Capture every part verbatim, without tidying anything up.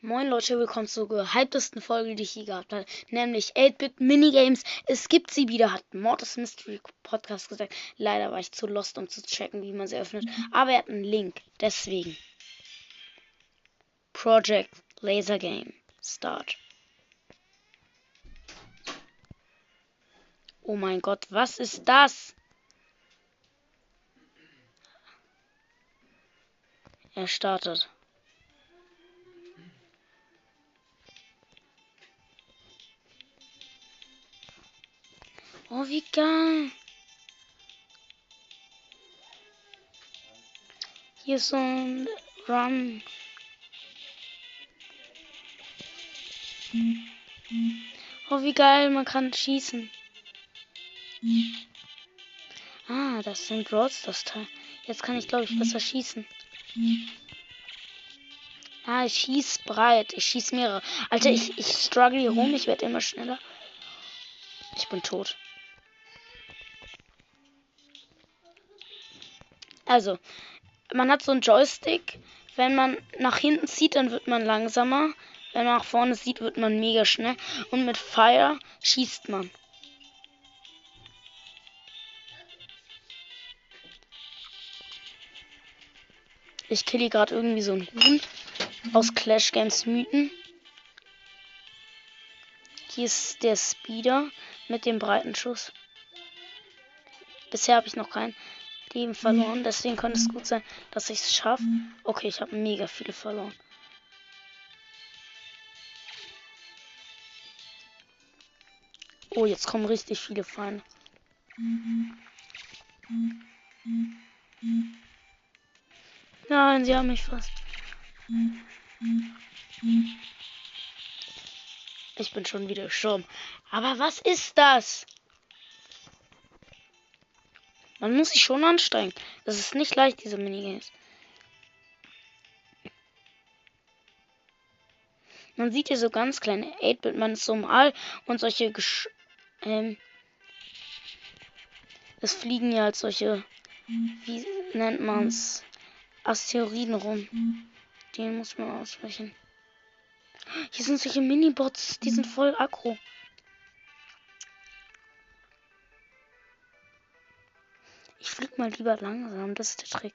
Moin Leute, willkommen zur gehyptesten Folge, die ich je gehabt habe, nämlich acht-Bit Minigames. Es gibt sie wieder, hat Mortis Mystery Podcast gesagt. Leider war ich zu lost, um zu checken, wie man sie öffnet, aber er hat einen Link, deswegen. Project Laser Game Start. Oh mein Gott, was ist das? Er startet. Oh, wie geil. Hier ist so ein Run. Oh, wie geil, man kann schießen. Ah, das ist ein Brawl Stars Teil. Jetzt kann ich, glaube ich, besser schießen. Ah, ich schieß breit. Ich schieß mehrere. Alter, ich, ich struggle hier rum. Ich werde immer schneller. Ich bin tot. Also, man hat so einen Joystick. Wenn man nach hinten zieht, dann wird man langsamer. Wenn man nach vorne sieht, wird man mega schnell. Und mit Fire schießt man. Ich kill hier gerade irgendwie so einen Huhn aus Clash Games Mythen. Hier ist der Speeder mit dem breiten Schuss. Bisher habe ich noch kein Leben verloren, deswegen könnte es gut sein, dass ich es schaffe. Okay, ich habe mega viele verloren. Oh, jetzt kommen richtig viele Feinde. Nein, sie haben mich fast. Ich bin schon wieder gestorben. Aber was ist das? Man muss sich schon anstrengen. Das ist nicht leicht, diese Minigames. Man sieht hier so ganz kleine acht-Bit, man ist so im All und solche Gesch ähm, es fliegen ja als solche, wie nennt man's, Asteroiden rum. Den muss man ausweichen. Hier sind solche Minibots, die sind voll aggro. Ich flieg mal lieber langsam, das ist der Trick.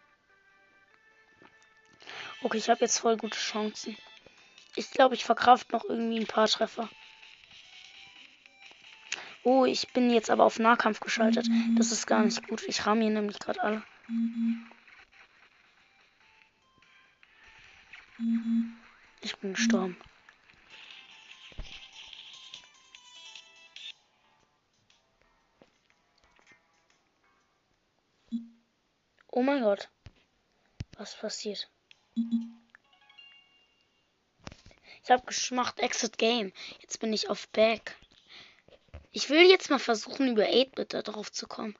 Okay, ich habe jetzt voll gute Chancen. Ich glaube, ich verkraft noch irgendwie ein paar Treffer. Oh, ich bin jetzt aber auf Nahkampf geschaltet. Das ist gar nicht gut. Ich ramme hier nämlich gerade alle. Ich bin gestorben. Oh mein Gott. Was passiert? Ich habe geschmacht Exit Game. Jetzt bin ich auf Back. Ich will jetzt mal versuchen, über acht-Bit da drauf zu kommen.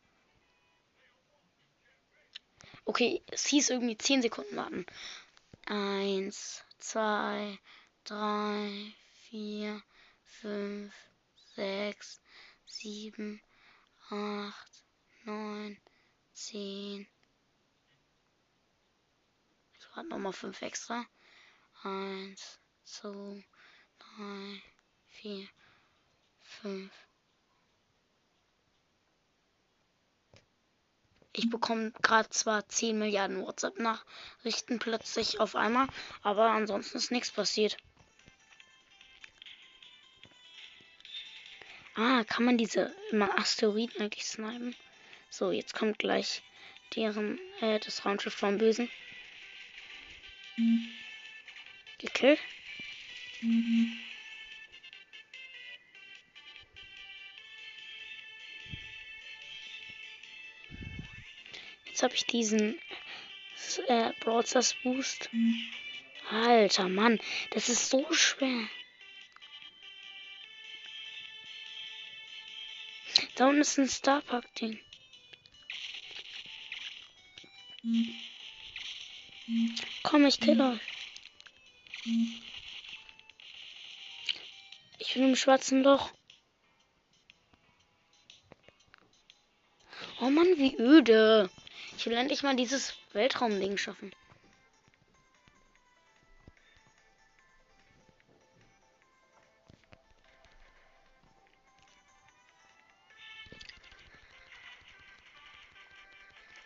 Okay, es hieß irgendwie zehn Sekunden warten. Eins, zwei, drei, vier, fünf, sechs, sieben, acht, neun, zehn. Ich warte nochmal fünf extra. Eins, zwei, drei, vier, fünf. Ich bekomme gerade zwar zehn Milliarden WhatsApp-Nachrichten plötzlich auf einmal, aber ansonsten ist nichts passiert. Ah, kann man diese Asteroiden eigentlich snipen? So, jetzt kommt gleich deren, äh, das Raumschiff vom Bösen. Gekillt. Jetzt habe ich diesen äh, Brawl Stars Boost. Alter Mann, das ist so schwer. Da unten ist ein Starpark-Ding. Komm, ich kill euch. Ich bin im schwarzen Loch. Oh Mann, wie öde. Ich will endlich mal dieses Weltraumding schaffen.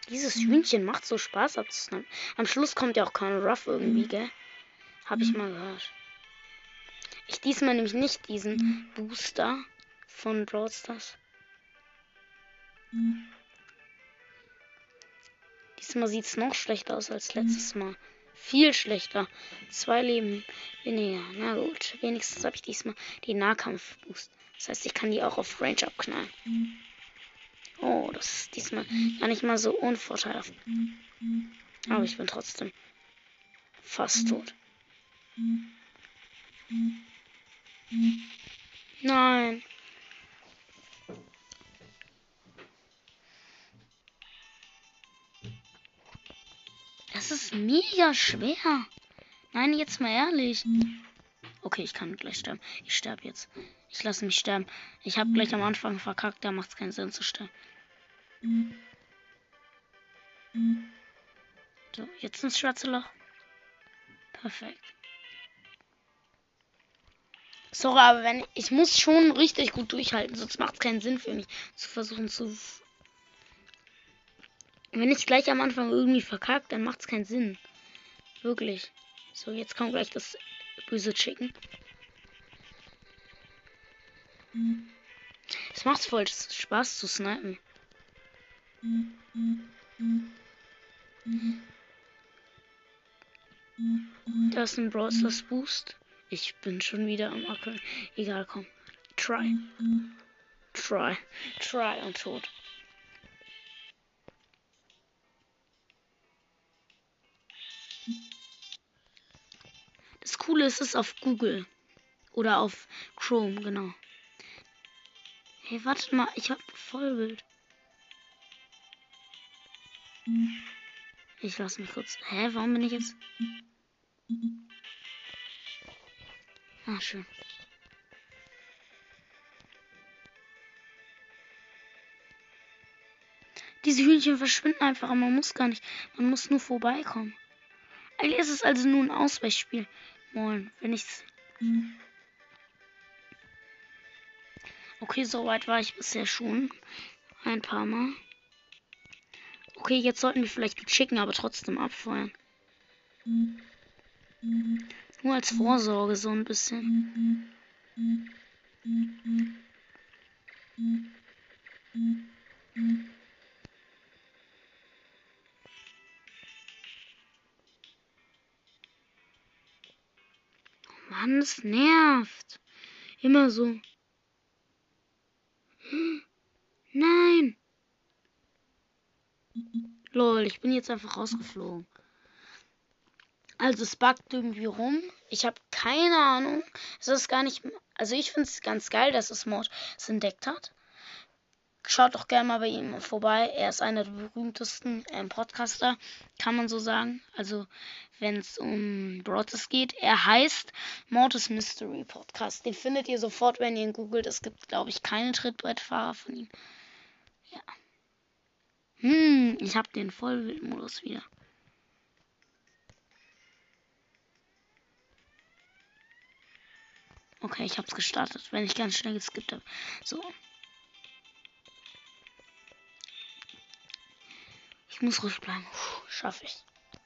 Dieses Hühnchen macht so Spaß abzusnappen. Am Schluss kommt ja auch kein Ruff irgendwie, gell? Hab ich mal gehört. Ich diesmal nämlich nicht diesen Booster von Brawl Stars. Diesmal sieht es noch schlechter aus als letztes Mal. Viel schlechter. Zwei Leben weniger. Na gut, wenigstens habe ich diesmal den Nahkampf-Boost. Das heißt, ich kann die auch auf Range abknallen. Oh, das ist diesmal gar nicht mal so unvorteilhaft. Aber ich bin trotzdem fast tot. Nein. Das ist mega schwer. Nein, jetzt mal ehrlich. Okay, ich kann gleich sterben. Ich sterbe jetzt. Ich lasse mich sterben. Ich habe gleich am Anfang verkackt. Da macht es keinen Sinn zu sterben. So, jetzt ins schwarze Loch. Perfekt. Sorry, aber wenn ich muss schon richtig gut durchhalten, sonst macht es keinen Sinn für mich zu versuchen zu. Wenn ich gleich am Anfang irgendwie verkackt, dann macht es keinen Sinn. Wirklich. So, jetzt kommt gleich das böse Chicken. Es macht voll Spaß zu snipen. Da ist ein Brawl Stars Boost. Ich bin schon wieder am Ackeln. Egal, komm. Try. Try. Try und tot. Das Coole ist es auf Google. Oder auf Chrome, genau. Hey, warte mal. Ich hab Vollbild. Ich lass mich kurz. Hä, warum bin ich jetzt... Ah, schön. Diese Hühnchen verschwinden einfach, man muss gar nicht. Man muss nur vorbeikommen. Eigentlich ist es also nur ein Ausweichspiel. Moin, wenn ich's. Okay, so weit war ich bisher schon. Ein paar Mal. Okay, jetzt sollten wir vielleicht die Chicken aber trotzdem abfeuern. Nur als Vorsorge so ein bisschen. Mann, es nervt. Immer so. Nein. Lol, ich bin jetzt einfach rausgeflogen. Also es buggt irgendwie rum. Ich habe keine Ahnung. Es ist gar nicht... Also ich finde es ganz geil, dass es Mod es entdeckt hat. Schaut doch gerne mal bei ihm vorbei. Er ist einer der berühmtesten ähm, Podcaster, kann man so sagen. Also, wenn es um Broadcast geht. Er heißt Mortis Mystery Podcast. Den findet ihr sofort, wenn ihr ihn googelt. Es gibt, glaube ich, keine Trittbrettfahrer von ihm. Ja. Hm, ich habe den Vollbildmodus wieder. Okay, ich habe es gestartet, wenn ich ganz schnell geskippt habe. So. Ich muss ruhig bleiben. Schaffe ich.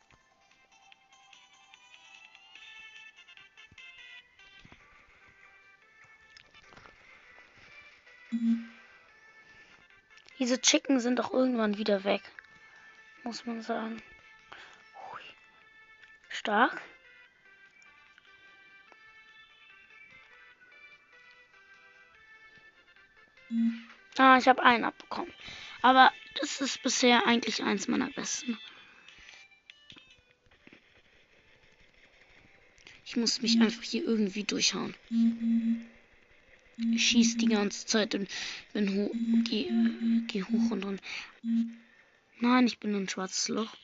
Diese Chicken sind doch irgendwann wieder weg. Muss man sagen. Stark. Ah, ich habe einen abbekommen. Aber das ist bisher eigentlich eins meiner besten. Ich muss mich einfach hier irgendwie durchhauen. Ich schieße die ganze Zeit und bin hoch, geh, äh, geh hoch und runter. Nein, ich bin ein schwarzes Loch.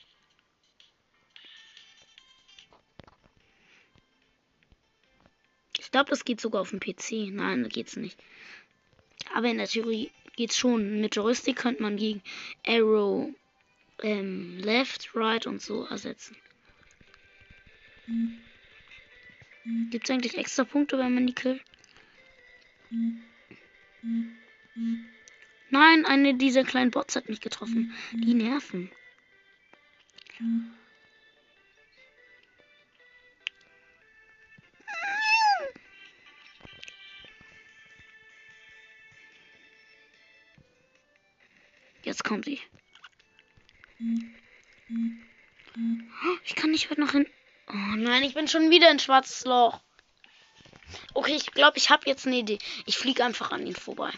Ich glaube, das geht sogar auf dem P C. Nein, da geht's nicht. Aber in der Theorie geht's schon. Mit Joystick könnte man gegen Arrow ähm, Left, Right und so ersetzen. Gibt es eigentlich extra Punkte, wenn man die killt? Nein, eine dieser kleinen Bots hat mich getroffen. Die nerven. Jetzt kommt sie. Ich kann nicht heute noch hin. Oh nein, ich bin schon wieder ein schwarzes Loch. Okay, ich glaube, ich habe jetzt eine Idee. Ich fliege einfach an ihn vorbei.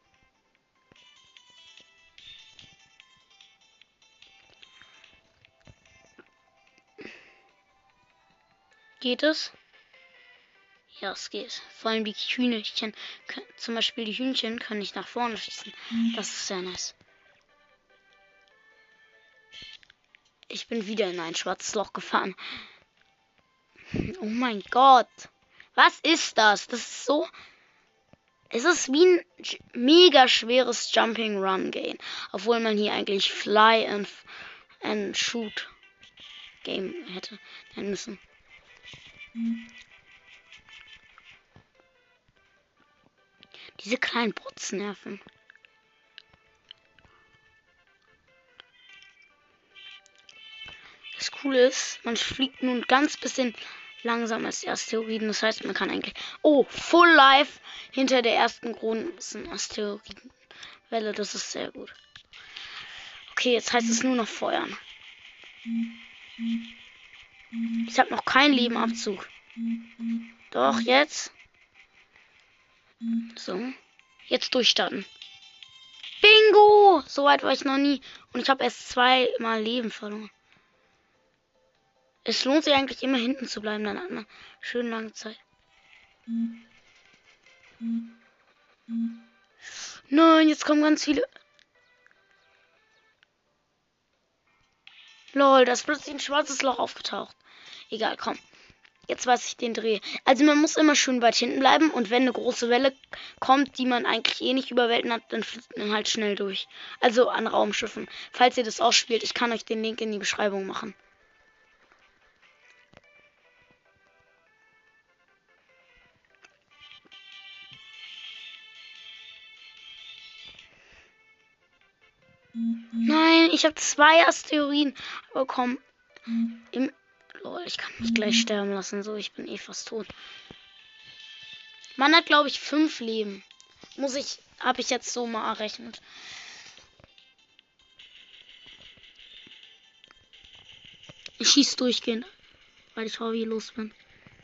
Geht es? Ja, es geht. Vor allem die Hühnchen. Können, zum Beispiel die Hühnchen können nicht nach vorne schießen. Das ist sehr nice. Ich bin wieder in ein schwarzes Loch gefahren. Oh mein Gott. Was ist das? Das ist so... Es ist wie ein mega schweres Jumping Run Game. Obwohl man hier eigentlich Fly and, and Shoot Game hätte nennen müssen. Diese kleinen Bots nerven. Das Coole ist, man fliegt nun ganz bisschen langsamer als die Asteroiden. Das heißt, man kann eigentlich... Oh, Full Life hinter der ersten großen Asteroidenwelle. Das ist sehr gut. Okay, jetzt heißt es nur noch feuern. Ich habe noch keinen Lebenabzug. Doch, jetzt. So. Jetzt durchstarten. Bingo! So weit war ich noch nie. Und ich habe erst zweimal Leben verloren. Es lohnt sich eigentlich immer hinten zu bleiben, dann hat man schön lange Zeit. Nein, jetzt kommen ganz viele. Lol, da ist plötzlich ein schwarzes Loch aufgetaucht. Egal, komm. Jetzt weiß ich den Dreh. Also man muss immer schön weit hinten bleiben und wenn eine große Welle kommt, die man eigentlich eh nicht überwältigen hat, dann fliegt man halt schnell durch. Also an Raumschiffen. Falls ihr das auch spielt, ich kann euch den Link in die Beschreibung machen. Nein, ich habe zwei Asteroiden bekommen. Im Lol, ich kann mich gleich sterben lassen. So, ich bin eh fast tot. Man hat, glaube ich, fünf Leben. Muss ich, habe ich jetzt so mal errechnet. Ich schieße durchgehend, weil ich hobbylos bin.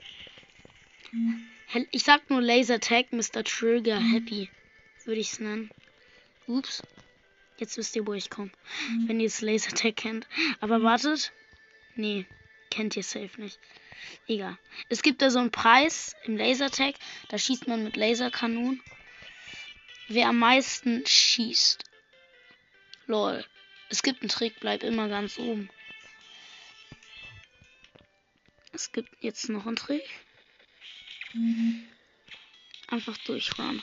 Ich sag nur Laser Tag, Mister Trigger Happy. Würde ich es nennen. Ups. Jetzt wisst ihr, wo ich komme. Mhm. Wenn ihr das Lasertag kennt. Aber wartet. Nee, kennt ihr safe nicht. Egal. Es gibt da so einen Preis im Lasertag. Da schießt man mit Laserkanonen. Wer am meisten schießt. Lol. Es gibt einen Trick, bleib immer ganz oben. Es gibt jetzt noch einen Trick. Mhm. Einfach durchfahren.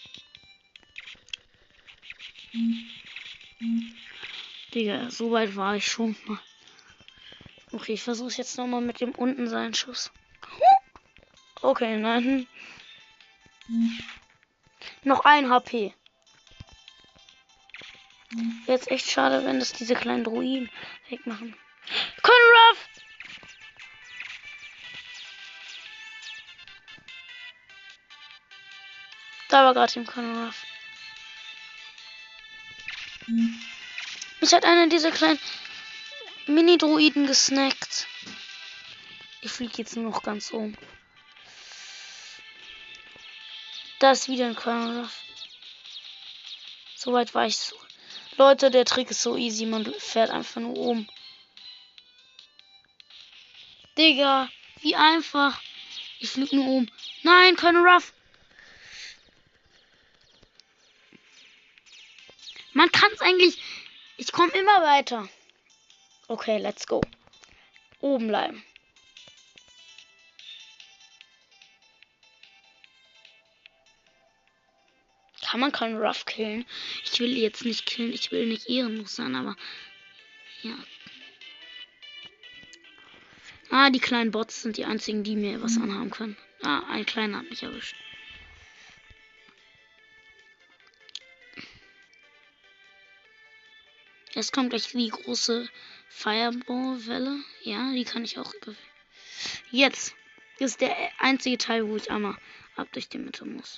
Mhm. Digga, so weit war ich schon mal. Okay, ich versuche es jetzt nochmal mit dem unten seinen Schuss. Okay, nein. Noch ein H P. Jetzt echt schade, wenn das diese kleinen Druiden wegmachen. Conruff! Da war gerade im Conruff. Mich hat einer dieser kleinen Mini-Druiden gesnackt. Ich fliege jetzt nur noch ganz oben. Da ist wieder ein Conruff. Soweit war ich so. Leute, der Trick ist so easy. Man fährt einfach nur oben. Digga, wie einfach. Ich fliege nur oben. Nein, Conruff. Man kann es eigentlich... Ich komme immer weiter. Okay, let's go. Oben bleiben. Kann man keinen Ruff killen? Ich will jetzt nicht killen. Ich will nicht ehrenlos sein, aber... Ja. Ah, die kleinen Bots sind die einzigen, die mir was anhaben können. Ah, ein kleiner hat mich erwischt. Jetzt kommt gleich die große Fireball-Welle. Ja, die kann ich auch über. Jetzt ist der einzige Teil, wo ich einmal ab durch die Mitte muss.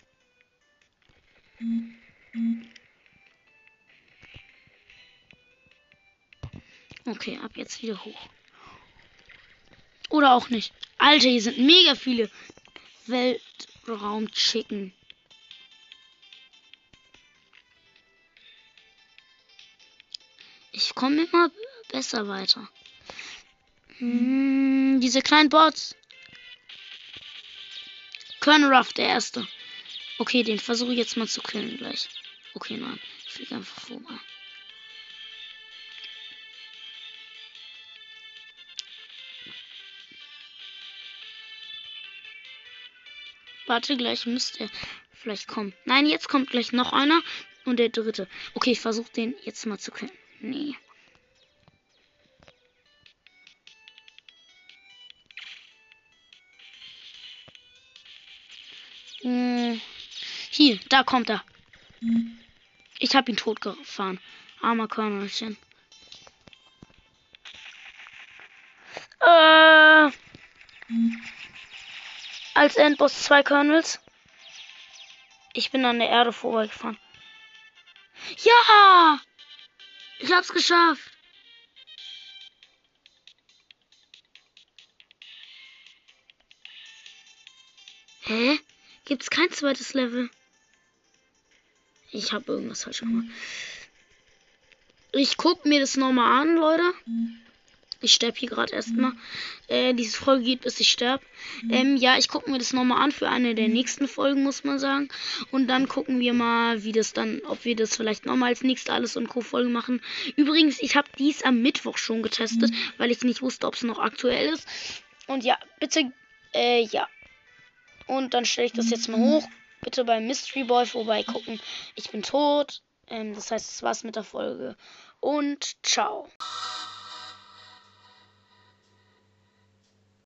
Okay, ab jetzt wieder hoch. Oder auch nicht. Alter, hier sind mega viele Weltraum-Chicken. Ich komme immer besser weiter. Hm, diese kleinen Bots. Colonel Ruff, der erste. Okay, den versuche ich jetzt mal zu killen gleich. Okay, nein. Ich fliege einfach vorbei. Warte, gleich müsste er vielleicht kommen. Nein, jetzt kommt gleich noch einer. Und der dritte. Okay, ich versuche den jetzt mal zu killen. Nee. Hm. Hier, da kommt er. Ich habe ihn tot gefahren. Armer Körnerchen. Äh. Als Endboss zwei Kernels. Ich bin an der Erde vorbeigefahren. Ja! Ich hab's geschafft. Hä? Gibt's kein zweites Level? Ich habe irgendwas falsch gemacht. Ich guck mir das nochmal an, Leute. Ich sterbe hier gerade erstmal. Äh, diese Folge geht, bis ich sterbe. Ähm, ja, ich gucke mir das nochmal an für eine der nächsten Folgen, muss man sagen. Und dann gucken wir mal, wie das dann, ob wir das vielleicht nochmal als nächstes alles und Co-Folge machen. Übrigens, ich habe dies am Mittwoch schon getestet, weil ich nicht wusste, ob es noch aktuell ist. Und ja, bitte, äh, ja. Und dann stelle ich das jetzt mal hoch. Bitte bei Mystery Boy vorbeigucken. Ich bin tot. Ähm, das heißt, das war's mit der Folge. Und ciao.